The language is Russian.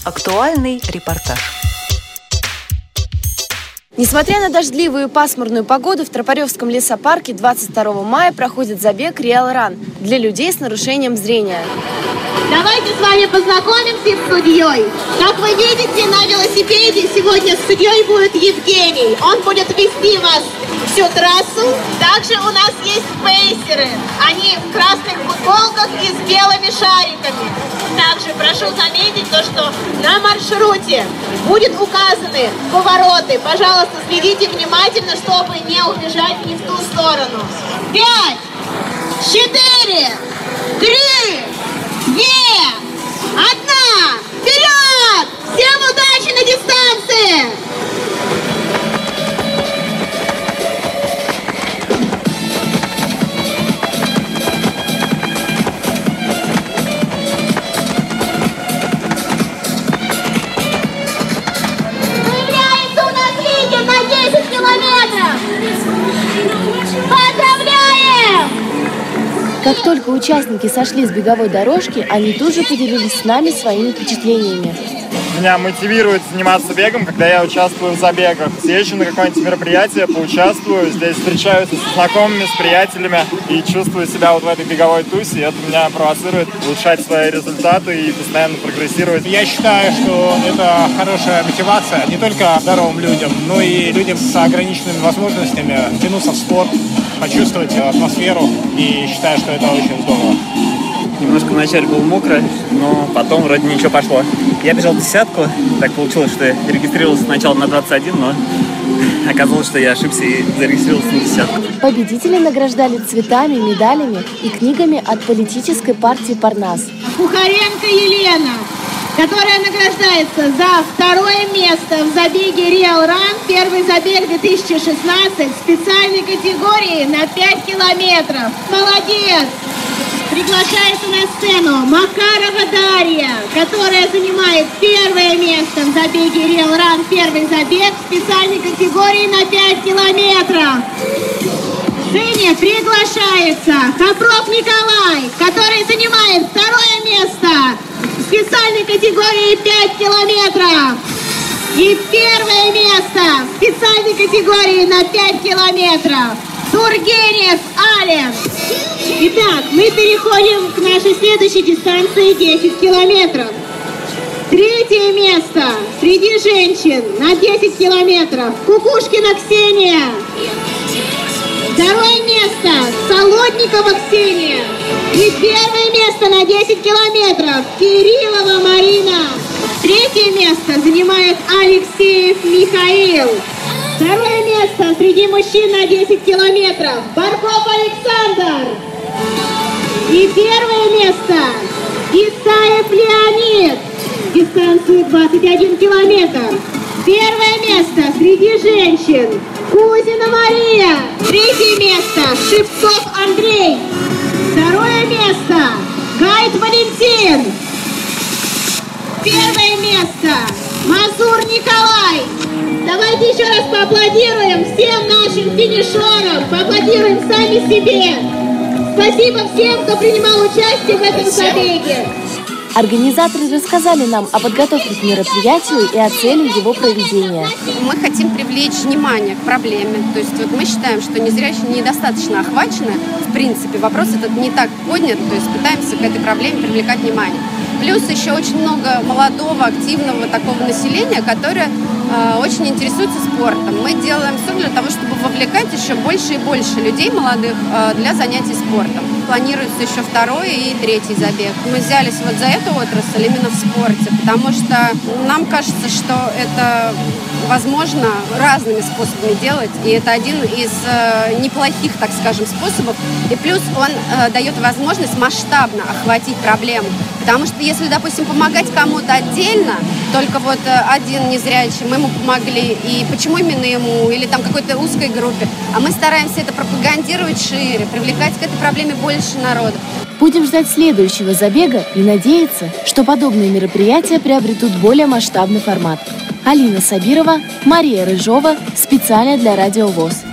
Актуальный репортаж. Несмотря на дождливую и пасмурную погоду, в Тропаревском лесопарке 22 мая проходит забег Real Run для людей с нарушением зрения. Давайте с вами познакомимся с судьей. Как вы видите, на велосипеде сегодня с судьей будет Евгений. Он будет вести вас всю трассу. Также у нас есть пейсеры. Они в красных футболках и с белыми шариками. Также прошу заметить то, что на маршруте будут указаны повороты. Пожалуйста, следите внимательно, чтобы не убежать не в ту сторону. 5, 4, 3, 2, 1. Вперед! Всем удачи на дистанции! Появляется у нас лидер на 10 километров! Поздравляем! Как только участники сошли с беговой дорожки, они тут же поделились с нами своими впечатлениями. Меня мотивирует заниматься бегом, когда я участвую в забегах. Съезжу на какое-нибудь мероприятие, поучаствую, здесь встречаюсь с знакомыми, с приятелями и чувствую себя вот в этой беговой тусе. И это меня провоцирует улучшать свои результаты и постоянно прогрессировать. Я считаю, что это хорошая мотивация не только здоровым людям, но и людям с ограниченными возможностями втянуться в спорт, почувствовать атмосферу, и считаю, что это очень здорово. Немножко вначале было мокро, но потом вроде ничего пошло. Я бежал десятку, так получилось, что я регистрировался сначала на 21, но оказалось, что я ошибся и зарегистрировался на десятку. Победители награждали цветами, медалями и книгами от политической партии «Парнас». Кухаренко Елена, которая награждается за второе место в забеге Real Run, первый забег 2016, специальной категории на 5 километров. Молодец! Приглашается на сцену Макарова Дарья, которая занимает первое место в забеге Real Run, первый забег в специальной категории на 5 километров. Женя приглашается Копров Николай, который занимает второе место в специальной категории 5 километров. И первое место в специальной категории на 5 километров. Тургенев Ален. Итак, мы переходим к нашей следующей дистанции 10 километров. Третье место среди женщин на 10 километров. Кукушкина Ксения. Второе место Солодникова Ксения. И первое место на 10 километров Кириллова Марина. Третье место занимает Алексеев Михаил. Второе место среди мужчин на 10 километров Барков Александр. И первое место Исаев Леонид. Дистанцию 21 километр. Первое место среди женщин Кузина Мария. Третье место Шевцов Андрей. Второе место Гайд Валентин. Первое место Мазур Николай. Давайте еще раз поаплодируем всем нашим финишерам, поаплодируем сами себе. Спасибо всем, кто принимал участие в этом забеге. Организаторы рассказали нам о подготовке к мероприятию и о цели его проведения. Мы хотим привлечь внимание к проблеме. То есть вот мы считаем, что незрячие недостаточно охвачены. В принципе, вопрос этот не так поднят. То есть пытаемся к этой проблеме привлекать внимание. Плюс еще очень много молодого, активного такого населения, которое очень интересуется спортом. Мы делаем все для того, чтобы вовлекать еще больше и больше людей молодых для занятий спортом. Планируется еще второй и третий забег. Мы взялись вот за эту отрасль именно в спорте, потому что нам кажется, что это возможно разными способами делать, и это один из неплохих, так скажем, способов. И плюс он дает возможность масштабно охватить проблему. Потому что если, допустим, помогать кому-то отдельно, только вот один незрячий, мы ему помогли, и почему именно ему, или там какой-то узкой группе, а мы стараемся это пропагандировать шире, привлекать к этой проблеме больше народу. Будем ждать следующего забега и надеяться, что подобные мероприятия приобретут более масштабный формат. Алина Сабирова, Мария Рыжова, специально для Радио ВОС.